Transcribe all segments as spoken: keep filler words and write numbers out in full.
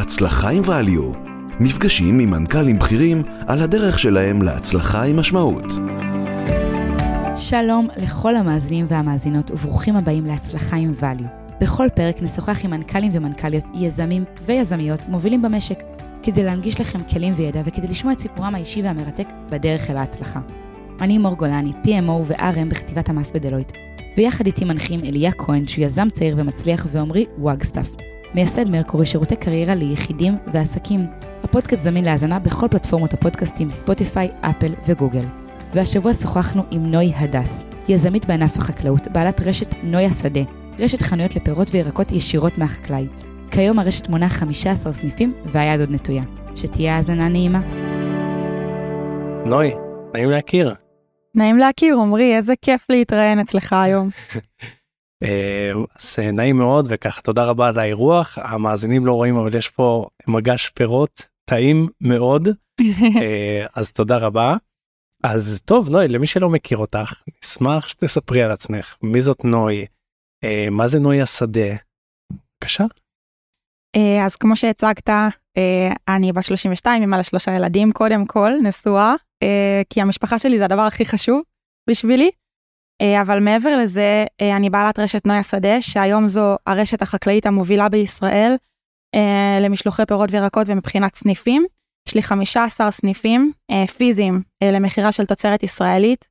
הצלחה עם ואליו. מפגשים עם מנכ"לים בכירים על הדרך שלהם להצלחה עם משמעות. שלום לכל המאזינים והמאזינות וברוכים הבאים להצלחה עם ואליו. בכל פרק נשוחח עם מנכ"לים ומנכ"ליות, יזמים ויזמיות מובילים במשק, כדי להנגיש לכם כלים וידע וכדי לשמוע את סיפורם האישי והמרתק בדרך אל ההצלחה. אני מור גולני, פי אם או ו-אר אם בחטיבת המס בדלויט, ויחד איתי מנחים אליה כהן שהוא יזם צעיר ומצליח, ועומרי וואגסטאפ, מייסד מרקורי, שירותי קריירה ליחידים ועסקים. הפודקאסט זמין להאזנה בכל פלטפורמות הפודקאסטים ספוטיפיי, אפל וגוגל. והשבוע שוחחנו עם נוי הדס, יזמית בענף החקלאות, בעלת רשת נוי השדה, רשת חנויות לפירות וירקות ישירות מהחקלאי. כיום הרשת מונה חמישה עשר סניפים והיד עוד נטויה. שתהיה האזנה נעימה. נוי, נעים להכיר. נעים להכיר, עומרי, איזה כיף להתראיין אצלך היום. אז נעים מאוד, וכך תודה רבה על האירוח. המאזינים לא רואים, אבל יש פה מגש פירות טעים מאוד, אז תודה רבה. אז טוב, נוי, למי שלא מכיר אותך, נשמח שתספרי על עצמך. מי זאת נוי? מה זה נוי השדה? בבקשה. אז כמו שהצגת, אני בת שלושים ושתיים, אמא לשלושה ילדים, קודם כל נשואה, כי המשפחה שלי זה הדבר הכי חשוב בשבילי. אבל מעבר לזה, אני בעלת רשת נוי השדה, שהיום זו הרשת החקלאית המובילה בישראל למשלוחי פירות וירקות ומבחינת סניפים. יש לי חמישה עשר סניפים פיזיים למחירה של תוצרת ישראלית,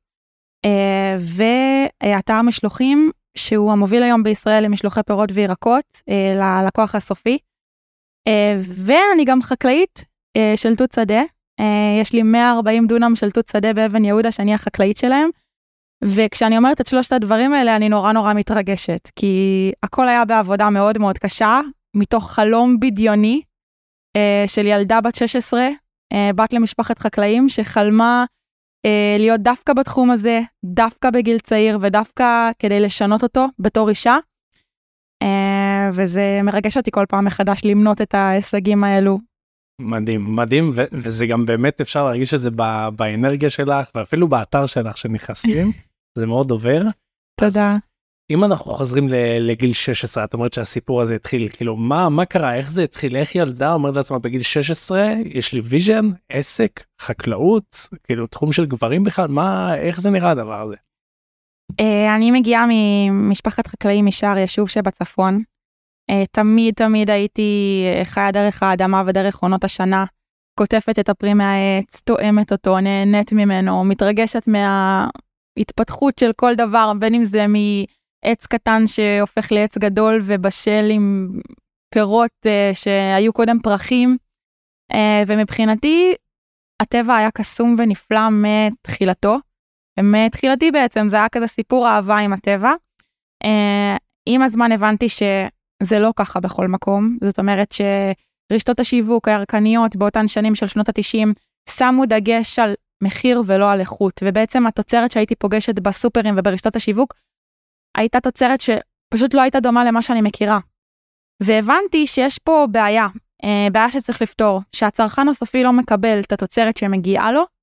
ואתר משלוחים שהוא המוביל היום בישראל למשלוחי פירות וירקות ללקוח הסופי. ואני גם חקלאית של תות שדה, יש לי מאה וארבעים דונם של תות שדה באבן יהודה שאני החקלאית שלהם, וכשאני אומרת את שלושת הדברים האלה אני נורא נורא מתרגשת, כי הכל היה בעבודה מאוד מאוד קשה, מתוך חלום בדיוני של ילדה בת שש עשרה, בת למשפחת חקלאים שחלמה להיות דווקא בתחום הזה, דווקא בגיל צעיר ודווקא כדי לשנות אותו בתור אישה, וזה מרגש אותי כל פעם מחדש למנות את ההישגים האלו. מדהים, מדהים, ו- וזה גם באמת אפשר להרגיש את זה ב- באנרגיה שלך, ואפילו באתר שלך שנכנסים, זה מאוד עובר. תודה. אם אנחנו חוזרים ל- לגיל שש עשרה, את אומרת שהסיפור הזה התחיל, כאילו, מה, מה קרה, איך זה התחיל, איך ילדה אומרת לעצמה בגיל שש עשרה, יש לי ויז'ן, עסק, חקלאות, כאילו, תחום של גברים בכלל, מה, איך זה נראה הדבר הזה? אני מגיעה ממשפחת חקלאים משער יישוב שבצפון, תמיד תמיד הייתי חיה דרך האדמה ודרך עונות השנה, כותפת את הפרי מהעץ, תואמת אותו, נהנית ממנו, מתרגשת מההתפתחות של כל דבר, בין אם זה מעץ קטן שהופך לעץ גדול ובשל עם פירות שהיו קודם פרחים, ומבחינתי הטבע היה קסום ונפלא מתחילתו, ומתחילתי בעצם זה היה כזה סיפור אהבה עם הטבע. עם הזמן הבנתי ש... זה לא ככה בכל מקום, זאת אומרת שרשתות השיווק הירקניות באותן שנים של שנות ה-תשעים שמו דגש על מחיר ולא על איכות, ובעצם התוצרת שהייתי פוגשת בסופרים וברשתות השיווק הייתה תוצרת שפשוט לא הייתה דומה למה שאני מכירה. והבנתי שיש פה בעיה, בעיה שצריך לפתור, שהצרכן הסופי לא מקבל את התוצרת שמגיעה לו,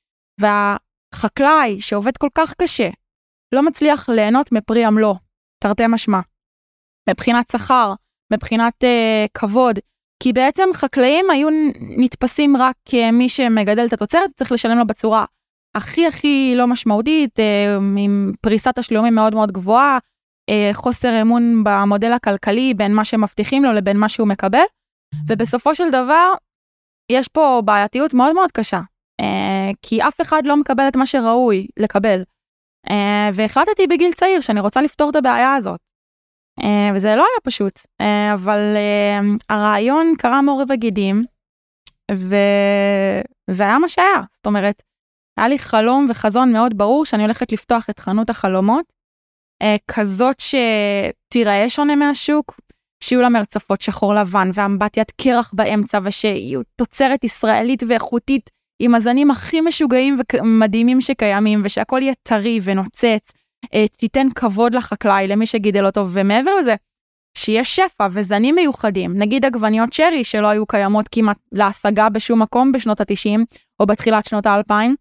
והחקלאי שעובד כל כך קשה לא מצליח ליהנות מפרי עמלו, תרתי משמע. מבחינת שכר, מבחינת uh, כבוד, כי בעצם חקלאים היו נתפסים רק כמי שמגדל את התוצרת, צריך לשלם לו בצורה הכי הכי לא משמעותית, uh, עם פריסת השלומים מאוד מאוד גבוהה, uh, חוסר אמון במודל הכלכלי בין מה שמבטיחים לו לבין מה שהוא מקבל, ובסופו של דבר יש פה בעייתיות מאוד מאוד קשה, uh, כי אף אחד לא מקבל את מה שראוי לקבל, uh, והחלטתי בגיל צעיר שאני רוצה לפתור את הבעיה הזאת. Uh, וזה לא היה פשוט, uh, אבל uh, הרעיון קרה מעורב הגידים, ו... והיה מה שהיה, זאת אומרת, היה לי חלום וחזון מאוד ברור שאני הולכת לפתוח את חנות החלומות, uh, כזאת שתיראה שונה מהשוק, שיהיו לה מרצפות שחור לבן ואמבטיית קרח באמצע, ושיהיו תוצרת ישראלית ואיכותית עם הזנים הכי משוגעים ומדהימים שקיימים, ושהכל יהיה טרי ונוצץ, תיתן כבוד לחקלאי, למי שגידל אותו, ומעבר לזה, שיש שפע וזנים מיוחדים, נגיד עגבניות שרי שלא היו קיימות כמעט להשגה בשום מקום בשנות ה-תשעים, או בתחילת שנות ה-אלפיים,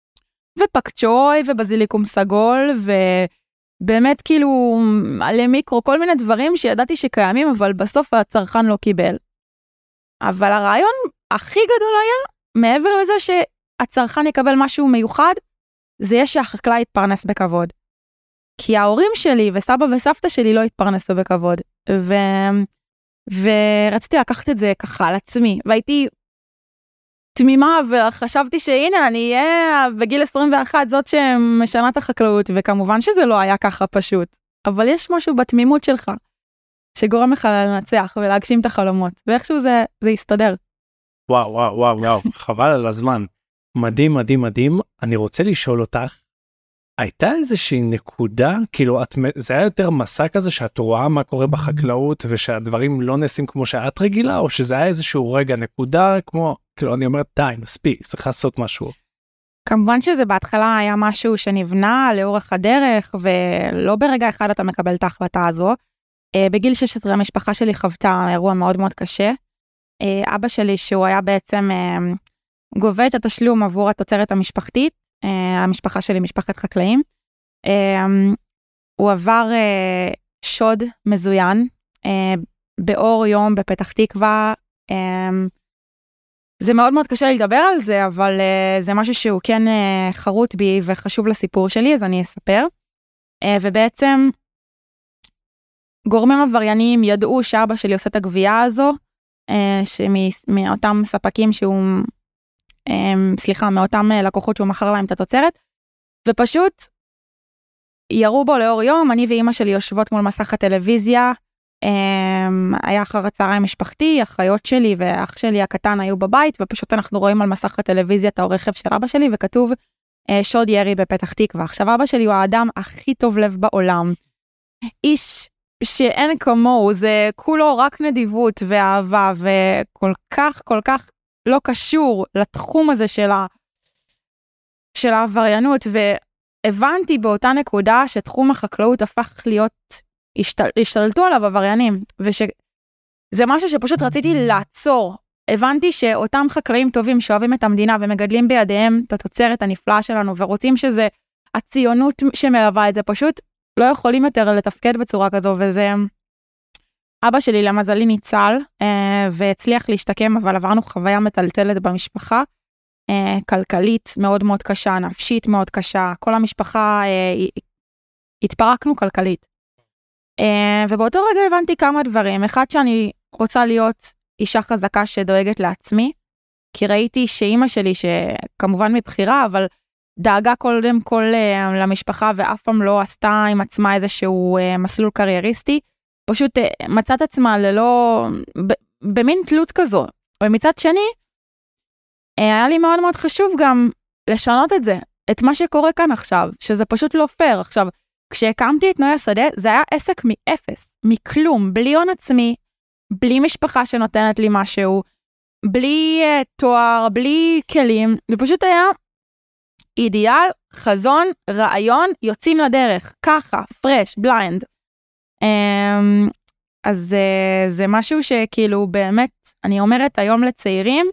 ופקצ'וי ובזיליקום סגול, ובאמת כאילו עלי מיקרו, כל מיני דברים שידעתי שקיימים, אבל בסוף הצרכן לא קיבל. אבל הרעיון הכי גדול היה, מעבר לזה שהצרכן יקבל משהו מיוחד, זה יהיה שהחקלאי יתפרנס בכבוד. כי ההורים שלי וסבא וסבתא שלי לא התפרנסו בכבוד, ו... ורציתי לקחת את זה ככה על עצמי, והייתי תמימה, וחשבתי שהנה, אני אהיה בגיל עשרים ואחת זאת שמשנה את החקלאות, וכמובן שזה לא היה ככה פשוט, אבל יש משהו בתמימות שלך, שגורם לך לנצח ולהגשים את החלומות, ואיכשהו זה, זה יסתדר. וואו, וואו, וואו, וואו, חבל על הזמן. מדהים, מדהים, מדהים. אני רוצה לשאול אותך, הייתה איזושהי נקודה, כאילו, את, זה היה יותר מסע כזה שאת רואה מה קורה בחקלאות, ושהדברים לא נעשים כמו שאת רגילה, או שזה היה איזשהו רגע, נקודה, כמו, כאילו, אני אומרת, די, מספיק, צריך לעשות משהו. כמובן שזה בהתחלה היה משהו שנבנה לאורך הדרך, ולא ברגע אחד אתה מקבל את ההחלטה הזו. בגיל שש עשרה המשפחה שלי חוותה אירוע מאוד מאוד קשה. אבא שלי, שהוא היה בעצם גובה את התשלום עבור התוצרת המשפחתית, המשפחה שלי משפחת חקלאים, הוא עבר שוד מזוין באור יום בפתח תקווה. זה מאוד מאוד קשה לדבר על זה, אבל זה משהו שהוא כן חרוט בי וחשוב לסיפור שלי, אז אני אספר. ובעצם גורמים עבריינים ידעו שאבא שלי עושה את הגבייה הזו, שמאותם ספקים שהוא, סליחה, מאותם לקוחות שהוא מכר להם את התוצרת, ופשוט ירו בו לאור יום. אני ואימא שלי יושבות מול מסך הטלוויזיה, היה אחר הצהריים משפחתי, אחיות שלי ואח שלי הקטן היו בבית, ופשוט אנחנו רואים על מסך הטלוויזיה את הרכב של אבא שלי, וכתוב שוד ירי בפתח תקווה. עכשיו אבא שלי הוא האדם הכי טוב לב בעולם, איש שאין כמוהו, זה כולו רק נדיבות ואהבה, וכל כך כל כך לא קשור לתחום הזה של, ה... של העבריינות, והבנתי באותה נקודה שתחום החקלאות הפך להיות, השתל... השתלטו עליו עבריינים, ושזה משהו שפשוט רציתי לעצור. הבנתי שאותם חקלאים טובים שאוהבים את המדינה ומגדלים בידיהם את התוצרת הנפלאה שלנו, ורוצים שזה הציונות שמלווה את זה, פשוט לא יכולים יותר לתפקד בצורה כזו, וזה אבא שלי למזלי ניצל, אה, והצליח להשתקם, אבל עברנו חוויה מטלטלת במשפחה, אה, כלכלית מאוד מאוד קשה, נפשית מאוד קשה, כל המשפחה אה, התפרקנו כלכלית. אה, ובאותו רגע הבנתי כמה דברים, אחד שאני רוצה להיות אישה חזקה שדואגת לעצמי, כי ראיתי שאימא שלי, שכמובן מבחירה, אבל דאגה קודם כל uh, למשפחה, ואף פעם לא עשתה עם עצמה איזשהו uh, מסלול קרייריסטי, פשוט uh, מצאת עצמה ללא, ב- במין תלות כזו. ומצד שני, uh, היה לי מאוד מאוד חשוב גם לשנות את זה, את מה שקורה כאן עכשיו, שזה פשוט לא פייר. עכשיו, כשהקמתי את נוי השדה, זה היה עסק מאפס, מכלום, בלי הון עצמי, בלי משפחה שנותנת לי משהו, בלי uh, תואר, בלי כלים, זה פשוט היה אידיאל, חזון, רעיון, יוצאים לדרך, ככה, פרש, בליינד. Um, אז uh, זה משהו שכאילו באמת, אני אומרת היום לצעירים,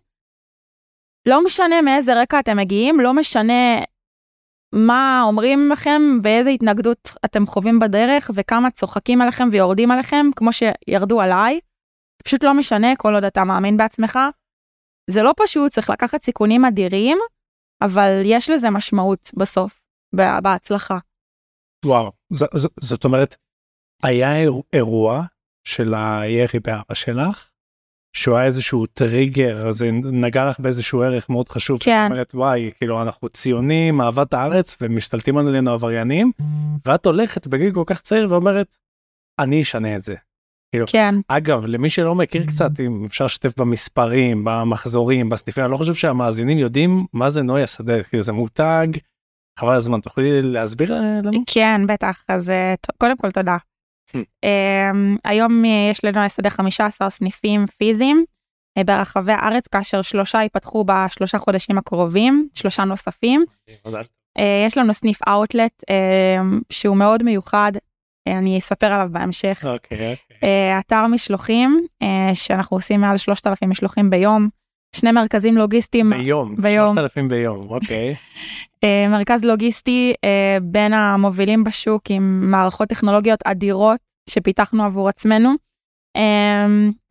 לא משנה מאיזה רקע אתם מגיעים, לא משנה מה אומרים לכם, ואיזה התנגדות אתם חווים בדרך, וכמה צוחקים עליכם ויורדים עליכם, כמו שירדו עליי, פשוט לא משנה, כל עוד אתה מאמין בעצמך. זה לא פשוט, צריך לקחת סיכונים אדירים, אבל יש לזה משמעות בסוף, בהצלחה. וואו, ז, ז, זאת אומרת, היה אירוע של הירי באבא שלך, שהוא היה איזשהו טריגר, זה נגע לך באיזשהו ערך מאוד חשוב. כן. זאת אומרת, וואי, כאילו אנחנו ציונים, אהבת הארץ, ומשתלטים עלינו עבריינים, ואת הולכת בגיל כל כך צעיר ואומרת, אני אשנה את זה. כאילו, כן. אגב, למי שלא מכיר קצת, אם אפשר לשתף במספרים, במחזורים, בסניפים, אני לא חושב שהמאזינים יודעים מה זה נוי השדה, כאילו זה מותג, חבל הזמן, תוכלי להסביר לנו? כן, בטח, אז קודם כל תודה. היום יש לנוי השדה חמישה עשר סניפים פיזיים ברחבי הארץ, כאשר שלושה ייפתחו בשלושה חודשים הקרובים, שלושה נוספים. יש לנו סניף אאוטלט שהוא מאוד מיוחד, אני אספר עליו בהמשך. אוקיי. אתר משלוחים, שאנחנו עושים מעל שלושת אלפים משלוחים ביום, שני מרכזים לוגיסטיים. ביום, שלושת אלפים ביום, אוקיי. מרכז לוגיסטי בין המובילים בשוק, עם מערכות טכנולוגיות אדירות, שפיתחנו עבור עצמנו.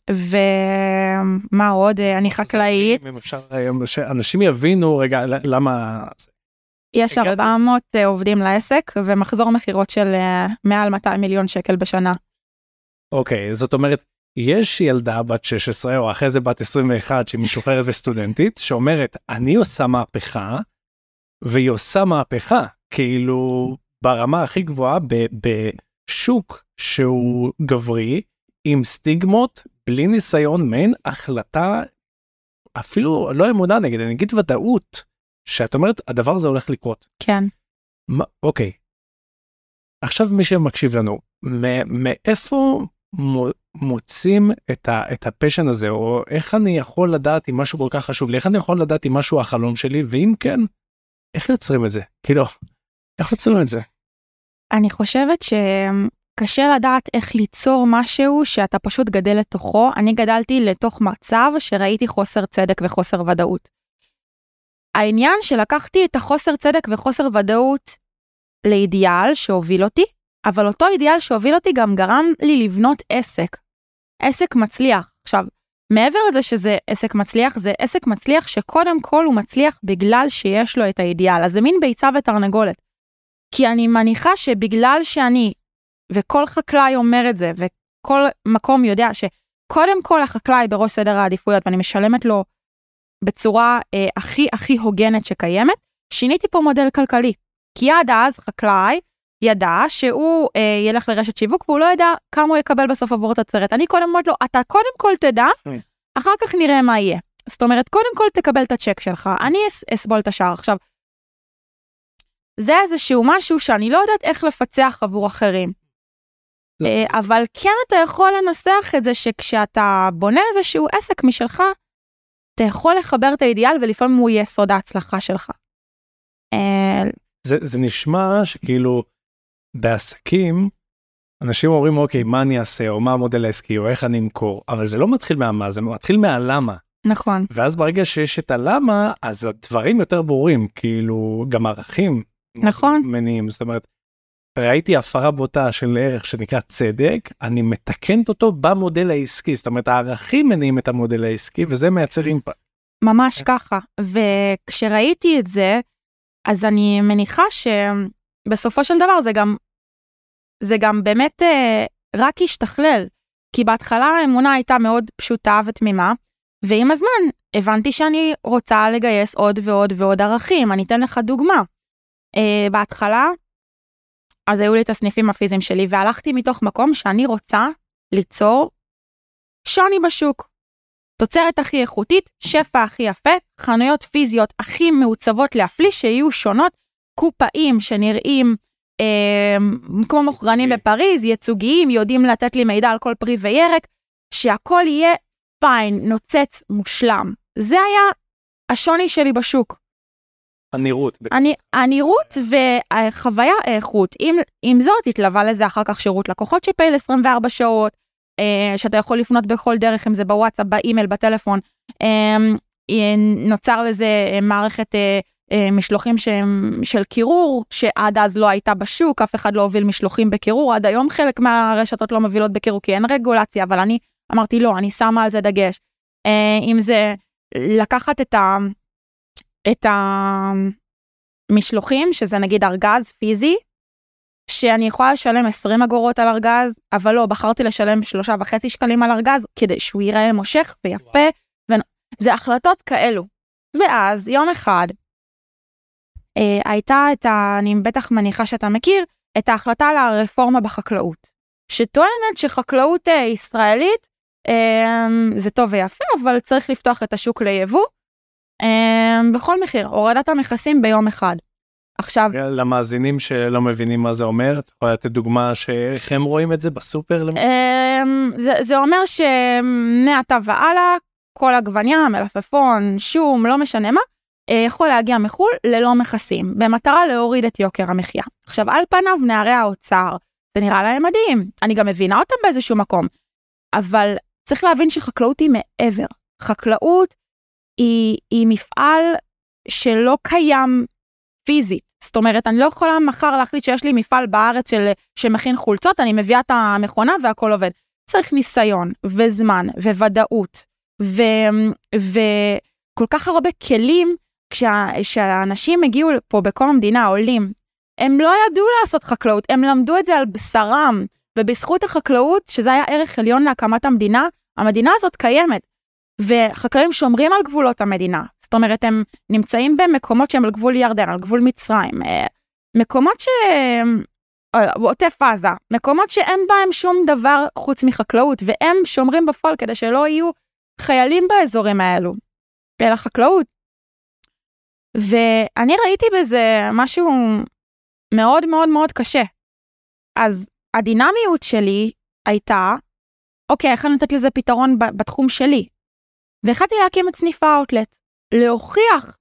ומה עוד? אני חקלאית. אם אפשר, אנשים יבינו רגע למה... יש ארבע מאות עובדים לעסק, ומחזור מחירות של מעל מאתיים מיליון שקל בשנה. אוקיי, זאת אומרת, יש ילדה בת שש עשרה, או אחרי זה בת עשרים ואחת, שהיא משוחררת וסטודנטית, שאומרת, אני עושה מהפכה, והיא עושה מהפכה, כאילו ברמה הכי גבוהה, בשוק שהוא גברי, עם סטיגמות, בלי ניסיון, מעין החלטה, אפילו לא אמונה נגד, אני אגיד ודאות, שאת אומרת, הדבר הזה הולך לקרות. כן. מה, אוקיי. עכשיו מי שמקשיב לנו, מאיפה מוצאים את, ה, את הפשן הזה, או איך אני יכול לדעת אם משהו כל כך חשוב לי, איך אני יכול לדעת אם משהו החלום שלי, ואם כן, איך יוצרים את זה? כאילו, איך יוצרים את זה? אני חושבת שקשה לדעת איך ליצור משהו שאתה פשוט גדל לתוכו. אני גדלתי לתוך מצב שראיתי חוסר צדק וחוסר ודאות. העניין שלקחתי את החוסר צדק וחוסר ודאות לאידיאל שהוביל אותי, אבל אותו אידיאל שהוביל אותי גם גרם לי לבנות עסק. עסק מצליח. עכשיו, מעבר לזה שזה עסק מצליח, זה עסק מצליח שקודם כל הוא מצליח בגלל שיש לו את האידיאל. אז זה מין ביצה ותרנגולת. כי אני מניחה שבגלל שאני, וכל חקלאי אומר את זה, וכל מקום יודע שקודם כל החקלאי בראש סדר העדיפויות, ואני משלמת לו בצורה אה, הכי הכי הוגנת שקיימת, שיניתי פה מודל כלכלי. כי עד אז חקלאי ידע שהוא אה, ילך לרשת שיווק, והוא לא ידע כמה הוא יקבל בסוף עבור את הצרת. אני קודם אומרת לו, אתה קודם כל תדע, אחר כך נראה מה יהיה. זאת אומרת, קודם כל תקבל את הצ'ק שלך, אני אסבול את השאר. עכשיו, זה איזשהו משהו שאני לא יודעת איך לפצח עבור אחרים. אה, אבל כן אתה יכול לנסח את זה שכשאתה בונה איזשהו עסק משלך, אתה יכול לחבר את האידיאל, ולפעמים הוא יהיה סוד ההצלחה שלך. זה, זה נשמע שכאילו בעסקים, אנשים אומרים, אוקיי, מה אני אעשה, או מה המודל העסקי, או איך אני אמכור, אבל זה לא מתחיל מהמה, זה מתחיל מהלמה. נכון. ואז ברגע שיש את הלמה, אז הדברים יותר ברורים, כאילו גם ערכים. נכון. מניעים, זאת אומרת, ראיתי הפרה בוטה של ערך שנקרא צדק, אני מתקנת אותו במודל העסקי, זאת אומרת, הערכים מניעים את המודל העסקי, וזה מייצר אימפקט. ממש ככה, וכשראיתי את זה, אז אני מניחה שבסופו של דבר זה גם, זה גם באמת רק ישתכלל, כי בהתחלה האמונה הייתה מאוד פשוטה ותמימה, ועם הזמן הבנתי שאני רוצה לגייס עוד ועוד ועוד ערכים. אני אתן לך דוגמה. בהתחלה, אז היו לי את הסניפים הפיזיים שלי, והלכתי מתוך מקום שאני רוצה ליצור שוני בשוק. תוצרת הכי איכותית, שפע הכי יפה, חנויות פיזיות הכי מעוצבות להפליא, שיהיו שונות, קופאים שנראים אה, כמו מוכרנים בפריז, ייצוגיים, יודעים לתת לי מידע על כל פרי וירק, שהכל יהיה פיין, נוצץ, מושלם. זה היה השוני שלי בשוק. הנראות. אני, הנראות והחוויה האיכות. אם, אם זאת, התלווה לזה אחר כך שירות לקוחות שפעיל עשרים וארבע שעות, אה, שאתה יכול לפנות בכל דרך, אם זה בוואטסאפ, באימייל, בטלפון. אה, נוצר לזה מערכת אה, אה, משלוחים שהם, של קירור, שעד אז לא הייתה בשוק, אף אחד לא הוביל משלוחים בקירור, עד היום חלק מהרשתות לא מובילות בקירור, כי אין רגולציה, אבל אני אמרתי לא, אני שמה על זה דגש. אה, אם זה לקחת את ה... את המשלוחים, שזה נגיד ארגז פיזי, שאני יכולה לשלם עשרים אגורות על ארגז, אבל לא, בחרתי לשלם שלושה וחצי שקלים על ארגז, כדי שהוא ייראה מושך ויפה, וזה החלטות כאלו. ואז יום אחד, אה, הייתה את ה... אני בטח מניחה שאתה מכיר, את ההחלטה על הרפורמה בחקלאות, שטוענת שחקלאות אה, ישראלית, אה, זה טוב ויפה, אבל צריך לפתוח את השוק ליבוא, בכל מחיר, הורדת המכסים ביום אחד. עכשיו... למאזינים שלא מבינים מה זה אומר, את יכולה לתת דוגמה שאיך הם רואים את זה בסופר? זה, זה אומר שמעתה והלאה, כל עגבניה, מלפפון, שום, לא משנה מה, יכול להגיע מחול ללא מכסים, במטרה להוריד את יוקר המחיה. עכשיו, על פניו נערי האוצר, זה נראה להם מדהים, אני גם מבינה אותם באיזשהו מקום, אבל צריך להבין שחקלאות היא מעבר. חקלאות היא, היא מפעל שלא קיים פיזית. זאת אומרת, אני לא יכולה מחר להחליט שיש לי מפעל בארץ של, שמכין חולצות, אני מביאה את המכונה והכל עובד. צריך ניסיון וזמן וודאות וכל כך הרבה כלים. כשהאנשים הגיעו פה בכל המדינה, עולים, הם לא ידעו לעשות חקלאות, הם למדו את זה על בשרם, ובזכות החקלאות, שזה היה ערך עליון להקמת המדינה, המדינה הזאת קיימת, וחקלאים שומרים על גבולות המדינה, זאת אומרת, הם נמצאים במקומות שהם על גבול ירדן, על גבול מצרים, מקומות ש... עוטף עזה, מקומות שאין בהם שום דבר חוץ מחקלאות, והם שומרים בפועל כדי שלא יהיו חיילים באזורים האלו, אלא חקלאות. ואני ראיתי בזה משהו מאוד מאוד מאוד קשה. אז הדינמיות שלי הייתה, אוקיי, איך אני נתת לזה פתרון בתחום שלי? והחלטתי להקים את סניף האוטלט, להוכיח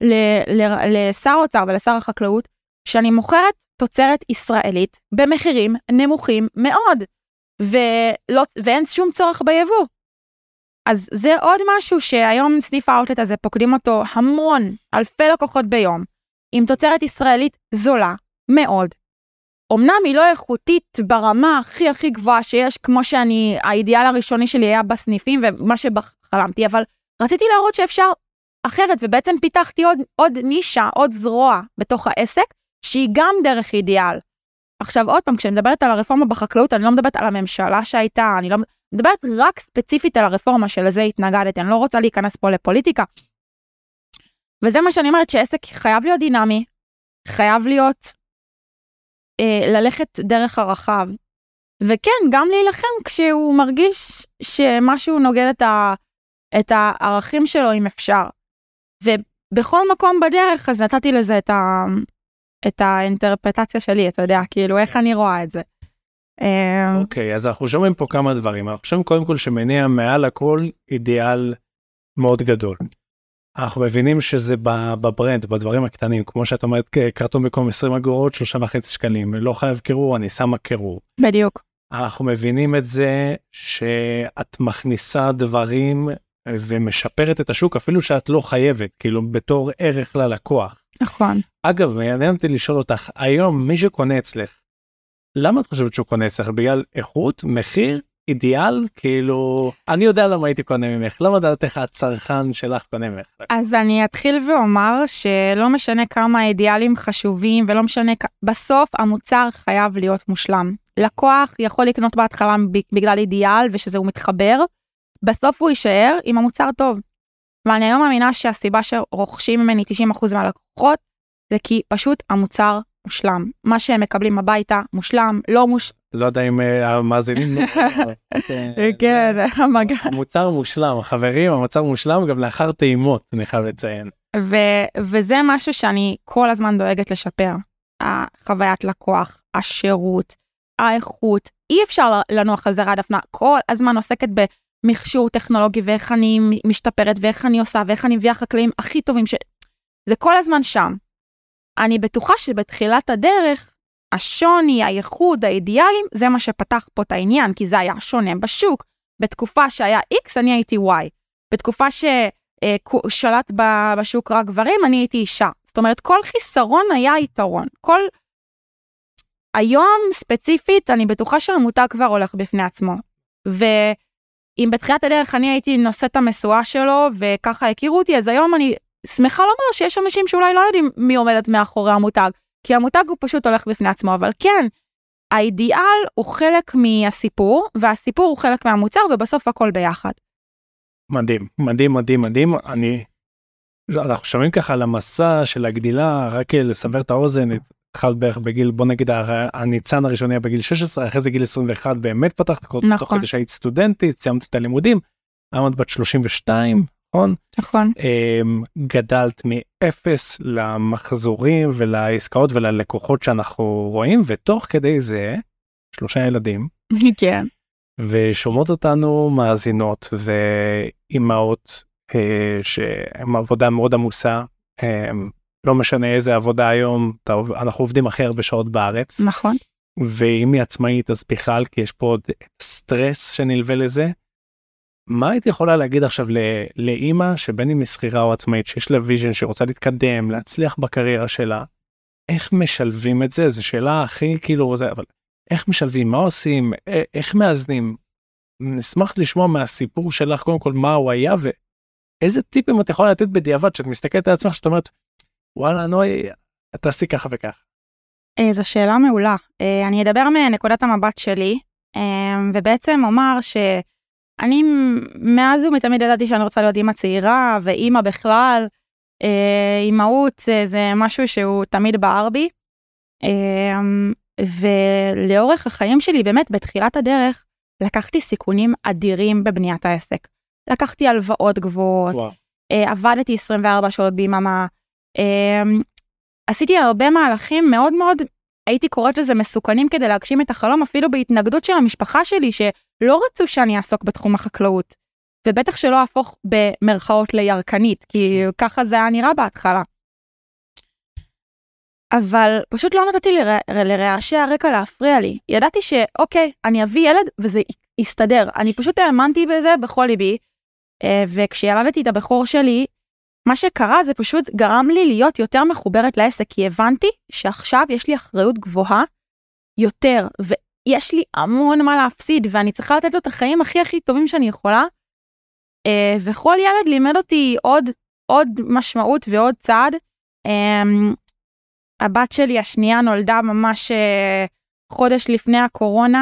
לשר האוצר ולשר החקלאות, שאני מוכרת תוצרת ישראלית במחירים נמוכים מאוד, ולא, ואין שום צורך ביבוא. אז זה עוד משהו שהיום סניף האוטלט הזה פוקדים אותו המון, אלפי לקוחות ביום, עם תוצרת ישראלית זולה מאוד. אמנם היא לא איכותית ברמה הכי הכי גבוהה שיש, כמו שאני, האידיאל הראשוני שלי היה בסניפים ומה שבחלמתי, אבל רציתי להראות שאפשר אחרת, ובעצם פיתחתי עוד, עוד נישה, עוד זרוע בתוך העסק, שהיא גם דרך אידיאל. עכשיו עוד פעם, כשאני מדברת על הרפורמה בחקלאות, אני לא מדברת על הממשלה שהייתה, אני לא מדברת רק ספציפית על הרפורמה שלזה התנגדתי, אני לא רוצה להיכנס פה לפוליטיקה. וזה מה שאני אומרת, שעסק חייב להיות דינמי, חייב להיות, אה, ללכת דרך הרחב, וכן, גם להילחם כשהוא מרגיש שמשהו נוגד את, ה, את הערכים שלו אם אפשר. ובכל מקום בדרך, אז נתתי לזה את ה... את האינטרפטציה שלי, אתה יודע, כאילו, איך אני רואה את זה. אוקיי, אז אנחנו שומעים פה כמה דברים. אנחנו שומעים קודם כל שמניע מעל הכל אידיאל מאוד גדול. אנחנו מבינים שזה בברנד, בדברים הקטנים, כמו שאת אומרת, קרטון במקום עשרים אגורות, שלושה וחצי שקלים, לא חייב קירור, אני שמה קירור. בדיוק. אנחנו מבינים את זה שאת מכניסה דברים ומשפרת את השוק, אפילו שאת לא חייבת, כאילו בתור ערך ללקוח. נכון. אגב, מעניין אותי לשאול אותך, היום מי שקונה אצלך, למה את חושבת שהוא קונה אצלך? בגלל איכות, מחיר, אידיאל? כאילו, אני יודע למה הייתי קונה ממך, למה יודעת איך הצרכן שלך קונה ממך? אז אני אתחיל ואומר שלא משנה כמה אידיאלים חשובים, ולא משנה, בסוף המוצר חייב להיות מושלם. לקוח יכול לקנות בהתחלה בגלל אידיאל, ושזה הוא מתחבר, בסוף הוא יישאר עם המוצר טוב. ואני היום מאמינה שהסיבה שרוכשים ממני תשעים אחוז מהלקוחות, זה כי פשוט המוצר מושלם. מה שהם מקבלים הביתה, מושלם, לא מושלם. לא יודע אם המאזינים... כן, המגע. המוצר מושלם, חברים, המוצר מושלם גם לאחר טעימות, אני חייב לציין. וזה משהו שאני כל הזמן דואגת לשפר. החוויית לקוח, השירות, האיכות. אי אפשר לנוח על זרי הדפנה. כל הזמן עוסקת ב... מכשור טכנולוגי, ואיך אני משתפרת, ואיך אני עושה, ואיך אני מביאה חקלאים הכי טובים, ש... זה כל הזמן שם. אני בטוחה שבתחילת הדרך, השוני, הייחוד, האידיאלים, זה מה שפתח פה את העניין, כי זה היה שונה בשוק. בתקופה שהיה X, אני הייתי Y. בתקופה ששלט בשוק רק גברים, אני הייתי אישה. זאת אומרת, כל חיסרון היה יתרון. כל... היום, ספציפית, אני בטוחה שהמותג כבר הולך בפני עצמו. ו... אם בתחילת הדרך אני הייתי נושאת המשואה שלו, וככה הכירו אותי, אז היום אני שמחה לומר שיש אנשים שאולי לא יודעים מי עומדת מאחורי המותג, כי המותג הוא פשוט הולך בפני עצמו, אבל כן, האידיאל הוא חלק מהסיפור, והסיפור הוא חלק מהמוצר, ובסוף הכל ביחד. מדהים, מדהים, מדהים, מדהים. אני, אנחנו שומעים ככה על המסע של הגדילה, רק לסבר את האוזן, התחלת בערך בגיל, בוא נגיד, הניצן הראשוני היה בגיל שש עשרה, אחרי זה גיל עשרים ואחת, באמת פתחת נכון. תוך כדי שהיית סטודנטית, סיימת את הלימודים, עמדת בת שלושים ושתיים, נכון? נכון. גדלת מאפס למחזורים ולעסקאות וללקוחות שאנחנו רואים, ותוך כדי זה, שלושה ילדים. כן. ושומעות אותנו מאזינות ואימהות, שהן עבודה מאוד עמוסה, לא משנה איזה עבודה היום, אנחנו עובדים הכי הרבה שעות בארץ. נכון. ואם היא עצמאית, אז בכלל, כי יש פה עוד סטרס שנלווה לזה. מה היית יכולה להגיד עכשיו לאמא, שבין אם היא שכירה או עצמאית, שיש לה ויז'ן שרוצה להתקדם, להצליח בקריירה שלה, איך משלבים את זה? זו שאלה הכי כאילו, זה, אבל איך משלבים? מה עושים? איך מאזנים? נשמח לשמוע מהסיפור שלך, קודם כל מה הוא היה, ואיזה טיפים את יכולה לתת בדיעבד, שאת מסתכלת על עצמך, שאת אומרת, וואלה, נוי, את תעשי ככה וכך. זו שאלה מעולה. אני אדבר מנקודת המבט שלי, ובעצם אומר שאני מאז ומתמיד ידעתי שאני רוצה להיות אימא צעירה, ואימא בכלל, אימהות זה משהו שהוא תמיד בער בי, ולאורך החיים שלי, באמת בתחילת הדרך, לקחתי סיכונים אדירים בבניית העסק. לקחתי הלוואות גבוהות, וואו. עבדתי עשרים וארבע שעות ביממה, עשיתי הרבה מהלכים מאוד מאוד, הייתי קוראת לזה מסוכנים כדי להגשים את החלום, אפילו בהתנגדות של המשפחה שלי, שלא רצו שאני אעסוק בתחום החקלאות, ובטח שלא הפוך במרכאות לירקנית, כי ככה זה היה נראה בהתחלה. אבל פשוט לא נתתי לרע, לרעשי הרקע להפריע לי. ידעתי שאוקיי, אני אביא ילד וזה יסתדר. אני פשוט האמנתי בזה בכל ליבי, וכשילדתי את הבכור שלי, מה שקרה זה פשוט גרם לי להיות יותר מחוברת לעסק, כי הבנתי שעכשיו יש לי אחריות גבוהה יותר, ויש לי המון מה להפסיד, ואני צריכה לתת לו את החיים הכי הכי טובים שאני יכולה, וכל ילד לימד אותי עוד, עוד משמעות ועוד צעד. הבת שלי השנייה נולדה ממש חודש לפני הקורונה,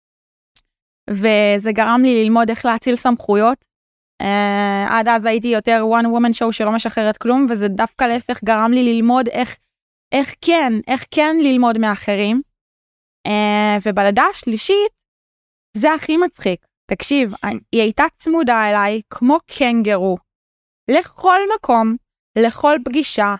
וזה גרם לי ללמוד איך להציל סמכויות. Uh, עד אז הייתי יותר one woman show שלא משחררת כלום, וזה דווקא להפך גרם לי ללמוד איך, איך כן, איך כן ללמוד מאחרים. Uh, ובלידה השלישית, זה הכי מצחיק. תקשיב, היא הייתה צמודה אליי כמו קנגרו, לכל מקום, לכל פגישה,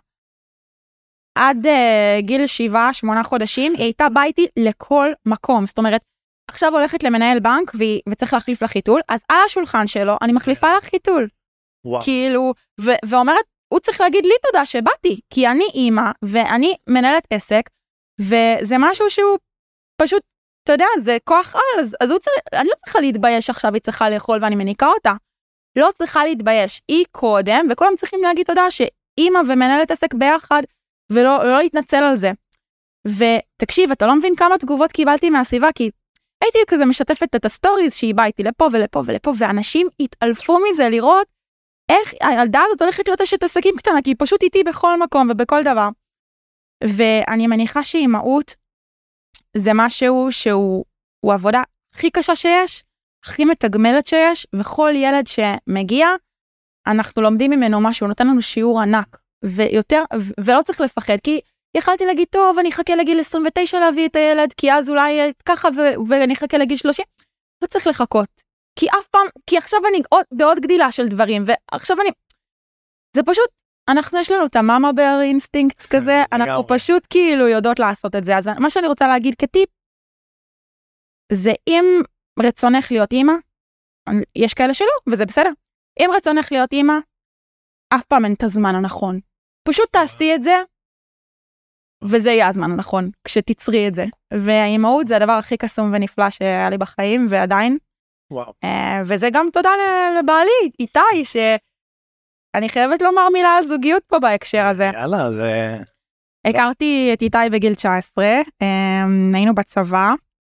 עד uh, גיל שבעה, שמונה חודשים, היא הייתה ביתי לכל מקום. זאת אומרת, עכשיו הולכת למנהל בנק והיא, וצריך להחליף לה חיתול, אז על השולחן שלו אני מחליפה לה חיתול. וואו. כאילו, ו- ואומרת, הוא צריך להגיד לי תודה שבאתי, כי אני אימא ואני מנהלת עסק, וזה משהו שהוא פשוט, אתה יודע, זה כוח על, אז, אז הוא צריך, אני לא צריכה להתבייש עכשיו, היא צריכה לאכול ואני מניקה אותה. לא צריכה להתבייש, היא קודם, וכולם צריכים להגיד תודה שאימא ומנהלת עסק ביחד, ולא לא להתנצל על זה. ותקשיב, אתה לא מבין כמה תגובות קיבלתי מהסביבה, כי הייתי כזה משתפת את הסטוריז שהיא באה איתי לפה ולפה ולפה, ואנשים התעלפו מזה לראות איך הילדה הזאת הולכת להיות אשת עסקים קטנה, כי היא פשוט איתי בכל מקום ובכל דבר. ואני מניחה שאימהות זה משהו שהוא הוא עבודה הכי קשה שיש, הכי מתגמלת שיש, וכל ילד שמגיע, אנחנו לומדים ממנו משהו, נותן לנו שיעור ענק, ויותר, ולא צריך לפחד, כי יכלתי להגיד, טוב, אני אחכה לגיל עשרים ותשע להביא את הילד, כי אז אולי ככה, ו- ואני אחכה לגיל שלושים. לא צריך לחכות. כי אף פעם, כי עכשיו אני עוד, בעוד גדילה של דברים, ועכשיו אני, זה פשוט, אנחנו יש לנו את המאמה בר אינסטינקטס כזה, אנחנו פשוט כאילו יודעות לעשות את זה. אז מה שאני רוצה להגיד כטיפ, זה אם רצונך להיות אימא, יש כאלה שלא, וזה בסדר. אם רצונך להיות אימא, אף פעם אין את הזמן הנכון. פשוט תעשי את זה, וזה יהיה הזמן הנכון, כשתצרי את זה. והאימהות זה הדבר הכי קסום ונפלא שהיה לי בחיים, ועדיין. וואו. וזה גם תודה לבעלי, איתי, שאני חייבת לומר מילה על זוגיות פה בהקשר הזה. יאללה, זה... הכרתי את איתי בגיל תשע עשרה, היינו בצבא.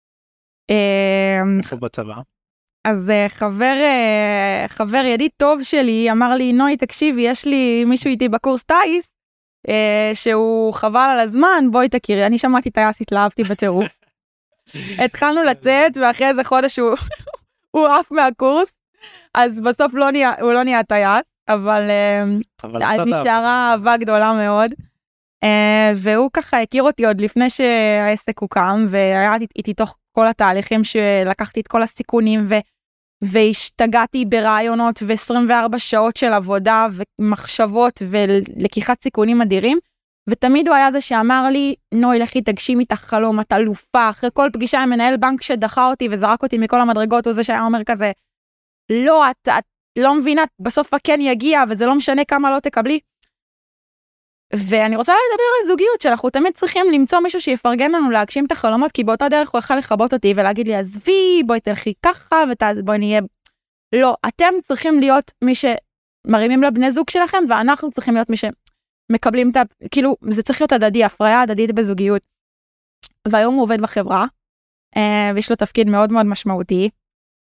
איפה בצבא? אז חבר, חבר ידיד טוב שלי אמר לי, נוי, תקשיבי, יש לי מישהו איתי בקורס טייס, שהוא חבל על הזמן, בואי תכירי. אני שמעתי טייס, התלהבתי בטירוף. התחלנו לצאת, ואחרי איזה חודש הוא, הוא עף מהקורס, אז בסוף לא נהיה, הוא לא נהיה טייס, אבל, אבל נשארה אהבה גדולה מאוד. והוא ככה הכיר אותי עוד לפני שהעסק הוקם, והיה איתי תוך כל התהליכים שלקחתי את כל הסיכונים, ו... והשתגעתי ברעיונות ו-עשרים וארבע שעות של עבודה ומחשבות ולקיחת סיכונים אדירים, ותמיד הוא היה זה שאמר לי, נוי, לכי תגשימי את החלום, את אלופה. אחרי כל פגישה עם מנהל בנק שדחה אותי וזרק אותי מכל המדרגות, הוא זה שהיה אומר כזה, לא, את, את לא מבינה, בסוף הכן יגיע, וזה לא משנה כמה לא תקבלי. ואני רוצה לדבר על זוגיות, שאנחנו תמיד צריכים למצוא מישהו שיפרגן לנו להגשים את החלומות, כי באותה דרך הוא יכול לחבות אותי ולהגיד לי, עזבי, בואי תלכי ככה, ובואי נהיה... לא, אתם צריכים להיות מי שמרימים לבני זוג שלכם, ואנחנו צריכים להיות מי שמקבלים את ה... כאילו, זה צריך להיות הדדי, הפריה הדדית בזוגיות. והיום הוא עובד בחברה, ויש לו תפקיד מאוד מאוד משמעותי,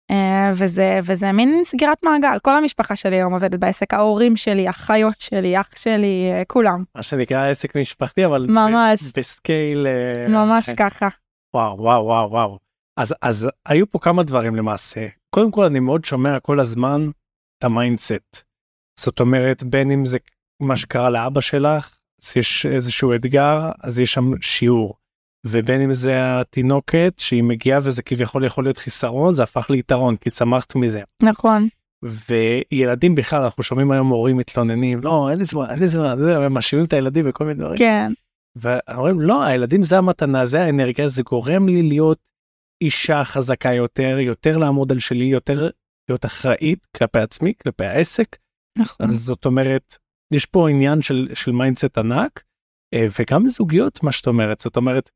וזה, וזה מין סגירת מעגל. כל המשפחה שלי היום עובדת בעסק, ההורים שלי, החיות שלי, אח שלי, כולם. מה שנקרא עסק משפחתי, אבל ממש. ב- בסקייל... ממש ככה. וואו, וואו, וואו, וואו. אז, אז היו פה כמה דברים למעשה. קודם כל, אני מאוד שומע כל הזמן את המיינדסט. זאת אומרת, בין אם זה מה שקרה לאבא שלך, אז יש איזשהו אתגר, אז יש שם שיעור. ובין אם זה התינוקת שהיא מגיעה וזה כביכול יכול להיות חיסרון, זה הפך ליתרון, כי צמחת מזה. נכון. וילדים בכלל, אנחנו שומעים היום הורים מתלוננים, לא, אין לי זמן, אין לי זמן, הם משאירים את הילדים וכל מיני דברים. כן. ואומרים, לא, הילדים זה המתנה, זה האנרגיה, זה גורם לי להיות אישה חזקה יותר, יותר לעמוד על שלי, יותר להיות אחראית כלפי עצמי, כלפי העסק. נכון. אז זאת אומרת, יש פה עניין של, של מיינדסט ענק, וגם זוגיות, מה שאת אומרת, זאת אומרת,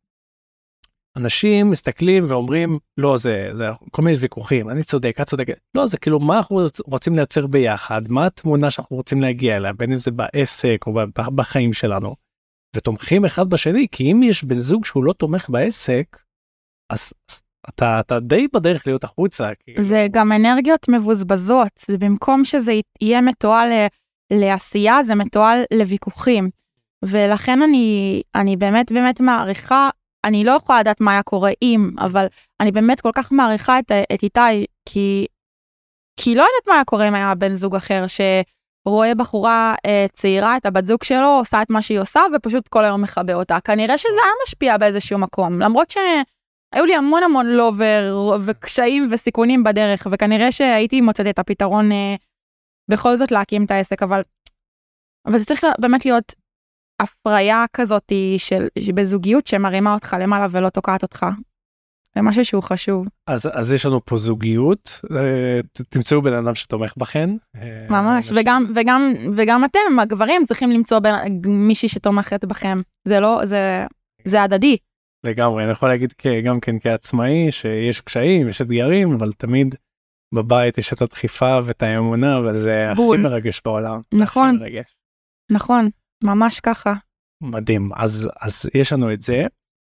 אנשים מסתכלים ואומרים, לא, זה, זה כל מיני ויכוחים, אני צודק, את צודקת. לא, זה כאילו, מה אנחנו רוצים לייצר ביחד? מה התמונה שאנחנו רוצים להגיע אליה, בין אם זה בעסק או בחיים שלנו? ותומכים אחד בשני, כי אם יש בן זוג שהוא לא תומך בעסק, אז אתה, אתה די בדרך להיות החוצה. זה גם אנרגיות מבוזבזות, זה במקום שזה יהיה מתועל לעשייה, זה מתועל לוויכוחים. ולכן אני, אני באמת באמת מעריכה, אני לא יכולה לדעת מה היה קורה אם, אבל אני באמת כל כך מעריכה את, את איתי, כי, כי לא יודעת מה היה קורה אם היה בן זוג אחר, שרואה בחורה אה, צעירה, את הבת זוג שלו, עושה את מה שהיא עושה, ופשוט כל היום מחבא אותה. כנראה שזה היה משפיע באיזשהו מקום, למרות שהיו לי המון המון לובר, וקשיים וסיכונים בדרך, וכנראה שהייתי מוצאת את הפתרון אה, בכל זאת להקים את העסק, אבל, אבל זה צריך באמת להיות הפריה כזאת של, בזוגיות שמרימה אותך למעלה ולא תוקעת אותך. זה משהו שהוא חשוב. אז, אז יש לנו פה זוגיות, תמצאו בן אדם שתומך בכן. ממש, וגם, וגם, וגם אתם, הגברים, צריכים למצוא מישהי שתומכת בכם. זה לא, זה, זה הדדי. לגמרי, אני יכול להגיד גם כן כעצמאי, שיש קשיים, יש אתגרים, אבל תמיד בבית יש את הדחיפה ואת האמונה, וזה הכי מרגש בעולם. נכון. נכון. ממש ככה. מדהים, אז, אז יש לנו את זה.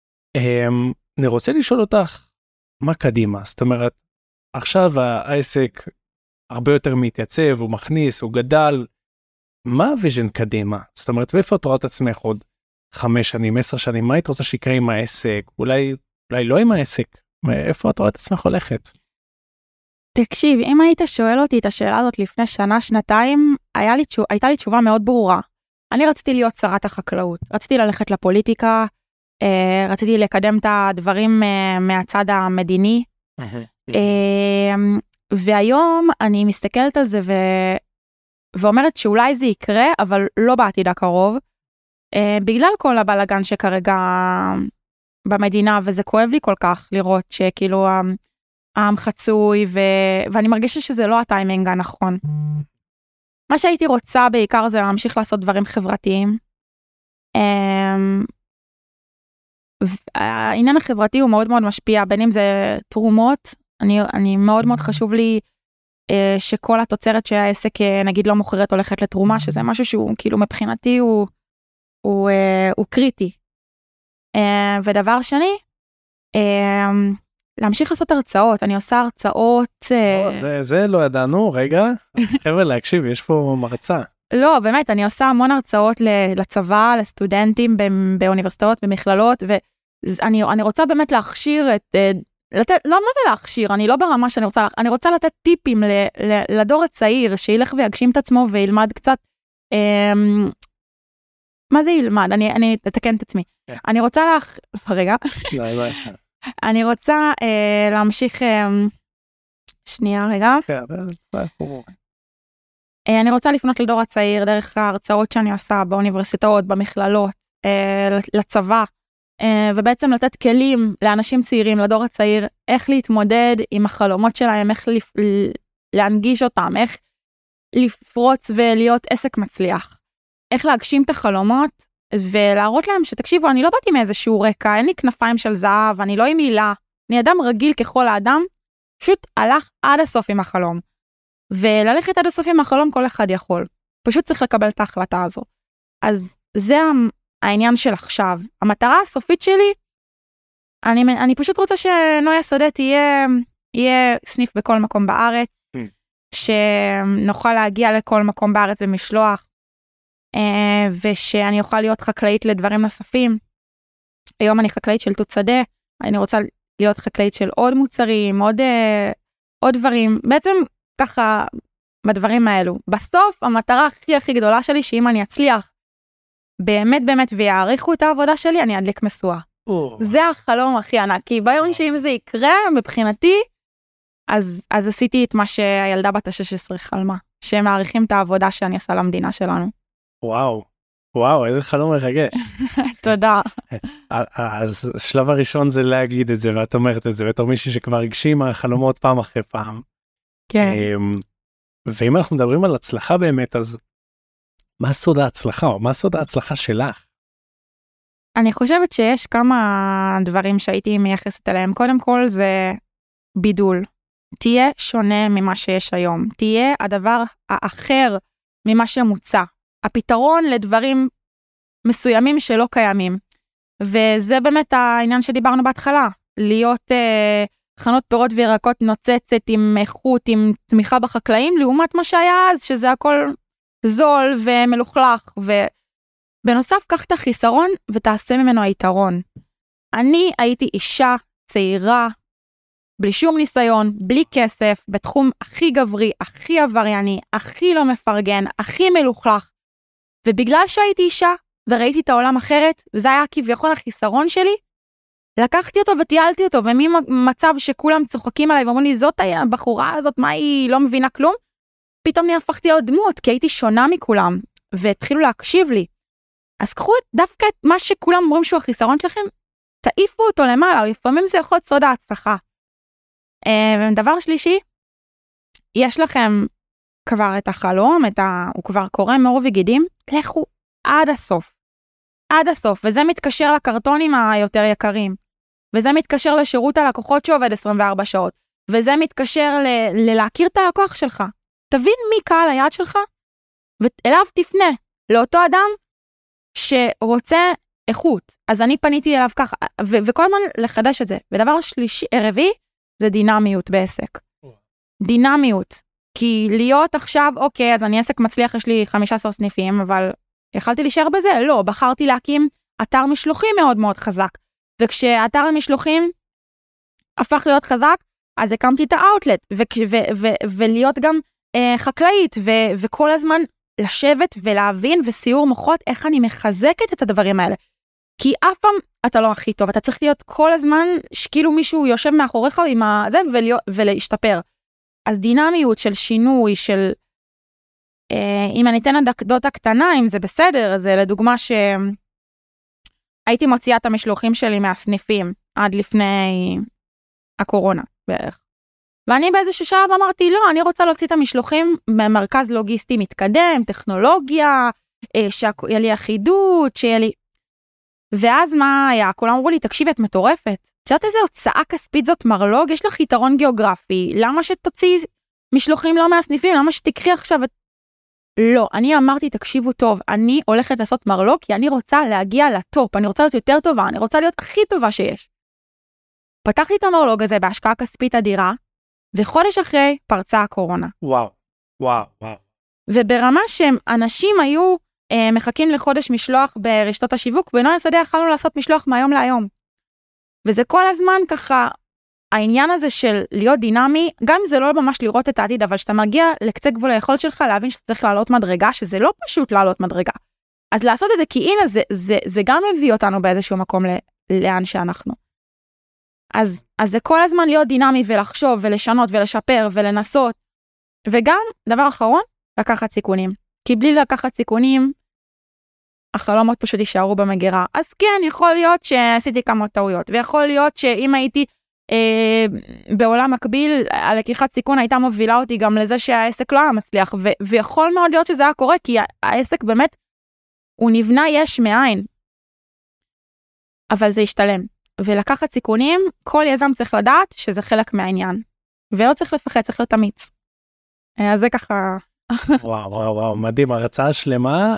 Um, אני רוצה לשאול אותך, מה קדימה? זאת אומרת, עכשיו העסק הרבה יותר מתייצב, הוא מכניס, הוא גדל. מה הוויז'ן קדימה? זאת אומרת, ואיפה את רואה את עצמך עוד חמש שנים, עשר שנים? מה היית רוצה שיקרה עם העסק? אולי, אולי לא עם העסק. איפה את רואה את עצמך הולכת? תקשיב, אם היית שואל אותי את השאלה הזאת לפני שנה, שנתיים, היה לי, הייתה לי תשובה מאוד ברורה. אני רציתי להיות שרת החקלאות, רציתי ללכת לפוליטיקה, רציתי לקדם את הדברים מהצד המדיני, והיום אני מסתכלת על זה ואומרת שאולי זה יקרה, אבל לא בעתיד הקרוב, בגלל כל הבלגן שכרגע במדינה, וזה כואב לי כל כך לראות שכאילו העם חצוי, ואני מרגישה שזה לא הטיימינג הנכון. מה שהייתי רוצה בעיקר זה להמשיך לעשות דברים חברתיים. העניין החברתי הוא מאוד מאוד משפיע, בין אם זה תרומות, אני, אני מאוד מאוד חשוב לי שכל התוצרת שהעסק נגיד לא מוכרת הולכת לתרומה, שזה משהו שהוא כאילו מבחינתי הוא, הוא, הוא קריטי. ודבר שני, להמשיך לעשות הרצאות, אני עושה הרצאות... זה, זה לא ידענו, רגע, חבר'ה להקשיב, יש פה מרצה. לא, באמת, אני עושה המון הרצאות לצבא, לסטודנטים באוניברסיטאות, במכללות, ואני אני רוצה באמת להכשיר את... לתת, לא, מה זה להכשיר? אני לא ברמה שאני רוצה... אני רוצה לתת טיפים לדור הצעיר, שילך ויגשים את עצמו וילמד קצת... מה זה ילמד? אני, אני אתקן את עצמי. אני רוצה לך... רגע. לא, לא, לא. אני רוצה אה, להמשיך, אה, שנייה רגע, אה, אני רוצה לפנות לדור הצעיר דרך ההרצאות שאני עושה באוניברסיטאות, במכללות, אה, לצבא, אה, ובעצם לתת כלים לאנשים צעירים, לדור הצעיר, איך להתמודד עם החלומות שלהם, איך לפ... להנגיש אותם, איך לפרוץ ולהיות עסק מצליח, איך להגשים את החלומות, ולהראות להם שתקשיבו, אני לא באתי מאיזשהו רקע, אין לי כנפיים של זהב, אני לא עם מילה, אני אדם רגיל ככל האדם, פשוט הלך עד הסוף עם החלום. וללכת עד הסוף עם החלום כל אחד יכול. פשוט צריך לקבל את ההחלטה הזו. אז זה העניין של עכשיו. המטרה הסופית שלי, אני, אני פשוט רוצה שנויה שדה תהיה יהיה סניף בכל מקום בארץ, Mm. שנוכל להגיע לכל מקום בארץ במשלוח, אה, ושאני אוכל להיות חקלאית לדברים נוספים. היום אני חקלאית של תות שדה, אני רוצה להיות חקלאית של עוד מוצרים, עוד, אה, עוד דברים, בעצם ככה בדברים האלו. בסוף המטרה הכי הכי גדולה שלי, שאם אני אצליח באמת באמת ויעריכו את העבודה שלי, אני אדליק משואה. Oh. זה החלום הכי ענק, כי ביום שאם זה יקרה, מבחינתי, אז, אז עשיתי את מה שהילדה בת ה-שש עשרה חלמה, שהם מעריכים את העבודה שאני עושה למדינה שלנו. וואו, וואו, איזה חלום מרגש. תודה. אז השלב הראשון זה להגיד את זה, ואת אומרת את זה, בתור מישהי שכבר הגשימה חלומות פעם אחרי פעם. כן. ואם אנחנו מדברים על הצלחה באמת, אז מה סוד ההצלחה, או מה סוד ההצלחה שלך? אני חושבת שיש כמה דברים שהייתי מייחסת אליהם. קודם כל זה בידול. תהיה שונה ממה שיש היום. תהיה הדבר האחר ממה שמוצע. הפתרון לדברים מסוימים שלא קיימים. וזה באמת העניין שדיברנו בהתחלה. להיות אה, חנות פירות וירקות נוצצת עם איכות, עם תמיכה בחקלאים, לעומת מה שהיה אז, שזה הכל זול ומלוכלך. ובנוסף, קח את החיסרון ותעשה ממנו היתרון. אני הייתי אישה צעירה, בלי שום ניסיון, בלי כסף, בתחום הכי גברי, הכי עברייני, הכי לא מפרגן, הכי מלוכלך. ובגלל שהייתי אישה, וראיתי את העולם אחרת, וזה היה כביכול החיסרון שלי, לקחתי אותו וטיילתי אותו, וממצב שכולם צוחקים עליי, ואומרים לי, זאת הבחורה הזאת, מה היא לא מבינה כלום? פתאום אני הפכתי להיות דמות, כי הייתי שונה מכולם, והתחילו להקשיב לי. אז קחו דווקא את מה שכולם אומרים שהוא החיסרון שלכם, תעיפו אותו למעלה, לפעמים זה יכול להיות סוד ההצלחה. דבר שלישי, יש לכם כבר את החלום, את ה... הוא כבר קורא מאור וגידים, לכו עד הסוף. עד הסוף, וזה מתקשר לקרטונים היותר יקרים, וזה מתקשר לשירות הלקוחות שעובד עשרים וארבע שעות, וזה מתקשר ל... ללהכיר את הלקוח שלך. תבין מי קהל היעד שלך, ואליו תפנה, לאותו אדם שרוצה איכות. אז אני פניתי אליו ככה, ו- וכל הזמן לחדש את זה. ודבר שלישי, רביעי, זה דינמיות בעסק. דינמיות. כי להיות עכשיו, אוקיי, אז אני עסק מצליח, יש לי חמישה עשר סניפים, אבל יכלתי להישאר בזה? לא, בחרתי להקים אתר משלוחים מאוד מאוד חזק. וכשאתר המשלוחים הפך להיות חזק, אז הקמתי את האוטלט, ו- ו- ו- ולהיות גם אה, חקלאית, ו- וכל הזמן לשבת ולהבין וסיור מוחות איך אני מחזקת את הדברים האלה. כי אף פעם אתה לא הכי טוב, אתה צריך להיות כל הזמן שכאילו מישהו יושב מאחוריך עם זה ולהיות, ולהשתפר. אז דינמיות של שינוי, של, אה, אם אני אתן אנקדוטה קטנה, אם זה בסדר, זה לדוגמה שהייתי מוציאה את המשלוחים שלי מהסניפים עד לפני הקורונה בערך. ואני באיזשהו שלב אמרתי, לא, אני רוצה להוציא את המשלוחים במרכז לוגיסטי מתקדם, טכנולוגיה, אה, שיהיה לי אחידות, שיהיה לי... ואז מה היה? כולם אמרו לי, תקשיבי, את מטורפת. תשעת איזה הוצאה כספית זאת מרלוג, יש לך יתרון גיאוגרפי, למה שתוציא משלוחים לא מהסניפים, למה שתקחי עכשיו את... לא, אני אמרתי, תקשיבו טוב, אני הולכת לעשות מרלוג, כי אני רוצה להגיע לטופ, אני רוצה להיות יותר טובה, אני רוצה להיות הכי טובה שיש. פתחתי את המרלוג הזה בהשקעה כספית אדירה, וחודש אחרי פרצה הקורונה. וואו, וואו, וואו. וברמה שהם, אנשים היו אה, מחכים לחודש משלוח ברשתות השיווק, בנוי השדה יכלנו לעשות משלוח מהיום להיום. וזה כל הזמן ככה, העניין הזה של להיות דינמי, גם אם זה לא ממש לראות את העתיד, אבל שאתה מגיע לקצה גבול היכולת שלך, להבין שאתה צריך לעלות מדרגה, שזה לא פשוט לעלות מדרגה. אז לעשות את זה, כי הנה, זה, זה, זה גם מביא אותנו באיזשהו מקום ל, לאן שאנחנו. אז, אז זה כל הזמן להיות דינמי ולחשוב ולשנות ולשפר ולנסות. וגם, דבר אחרון, לקחת סיכונים. כי בלי לקחת סיכונים, החלומות פשוט יישארו במגירה. אז כן, יכול להיות שעשיתי כמה טעויות, ויכול להיות שאם הייתי אה, בעולם מקביל, הלקיחת סיכון הייתה מובילה אותי גם לזה שהעסק לא היה מצליח, ו- ויכול מאוד להיות שזה היה קורה, כי העסק באמת, הוא נבנה יש מאין. אבל זה ישתלם. ולקחת סיכונים, כל יזם צריך לדעת שזה חלק מהעניין. ולא צריך לפחד, צריך להיות אמיץ. אז זה ככה... וואו, וואו, וואו, מדהים, הרצאה שלמה.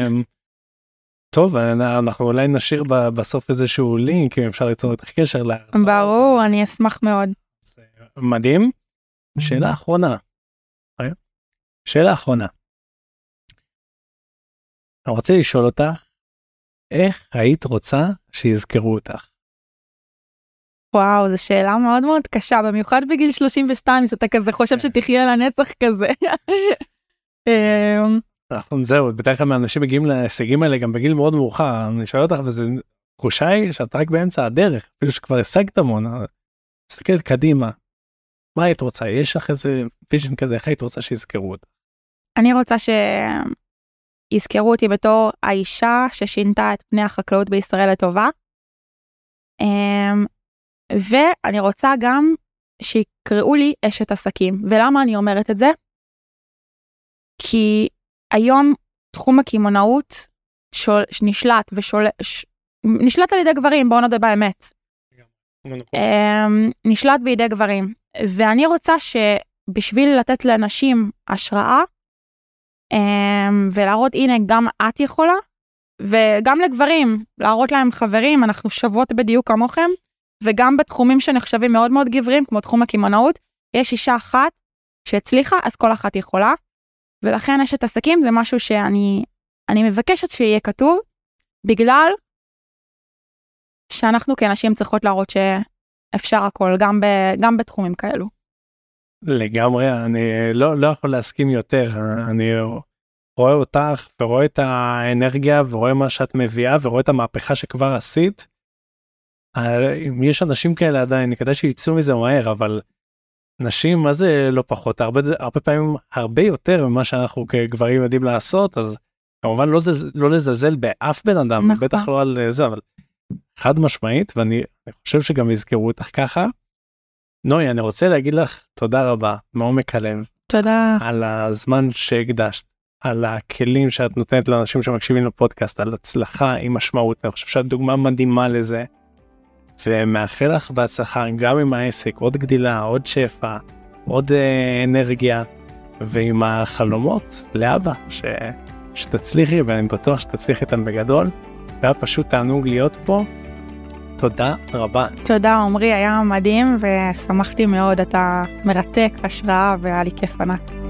טוב, אנחנו אולי נשאיר בסוף איזשהו לינק, אם אפשר ליצור את הקשר להרצאה. ברור, אני אשמח מאוד. מדהים. שאלה אחרונה. שאלה אחרונה. אני רוצה לשאול אותך, איך היית רוצה שיזכרו אותך? וואו, זו שאלה מאוד מאוד קשה, במיוחד בגיל שלושים ושתיים, שאתה כזה חושב שתחיה לנצח כזה. נכון, זהו, בדרך כלל מהאנשים מגיעים להישגים האלה גם בגיל מאוד מאוחר, אני שואל אותך, וזו תחושה היא שאתה רק באמצע הדרך, אפילו שכבר השגת המון, מסתכלת קדימה, מה היית רוצה? יש לך איזה ויז'ן כזה, איך היית רוצה שיזכרו אותך? אני רוצה שיזכרו אותי בתור האישה ששינתה את פני החקלאות בישראל לטובה, ואני רוצה גם שיקראו לי אשת עסקים. ולמה אני אומרת את זה? כי היום תחום הקמעונאות שול, נשלט ושול, ש, נשלט על ידי גברים, בואו נודה באמת. נשלט בידי גברים. ואני רוצה שבשביל לתת לאנשים השראה, ולהראות הנה גם את יכולה, וגם לגברים, להראות להם חברים, אנחנו שוות בדיוק כמוכם, וגם בתחומים שנחשבים מאוד מאוד גברים, כמו תחום הקמעונאות, יש אישה אחת שהצליחה, אז כל אחת יכולה, ולכן אשת עסקים זה משהו שאני אני מבקשת שיהיה כתוב, בגלל שאנחנו כאנשים צריכות להראות שאפשר הכל, גם, ב, גם בתחומים כאלו. לגמרי, אני לא, לא יכול להסכים יותר, אני רואה אותך ורואה את האנרגיה ורואה מה שאת מביאה ורואה את המהפכה שכבר עשית. אם יש אנשים כאלה עדיין, כדאי שיצאו מזה מהר, אבל נשים, מה זה לא פחות? הרבה, הרבה פעמים הרבה יותר ממה שאנחנו כגברים יודעים לעשות, אז כמובן לא, זז, לא לזלזל באף בן אדם, נכון. בטח לא על זה, אבל חד משמעית, ואני חושב שגם יזכרו אותך ככה. נוי, אני רוצה להגיד לך תודה רבה, מעומק הלב. תודה. על הזמן שהקדשת, על הכלים שאת נותנת לאנשים שמקשיבים לפודקאסט, על הצלחה עם משמעות, אני חושב שאת דוגמה מדהימה לזה, ומאחל לך בהצלחה גם עם העסק, עוד גדילה, עוד שפע, עוד אה, אנרגיה, ועם החלומות לאבא, ש... שתצליחי, ואני בטוח שתצליחי איתן בגדול, והיה פשוט תענוג להיות פה. תודה רבה. תודה עומרי, היה מדהים ושמחתי מאוד, אתה מרתק, השראה והיה לי כיף ענק.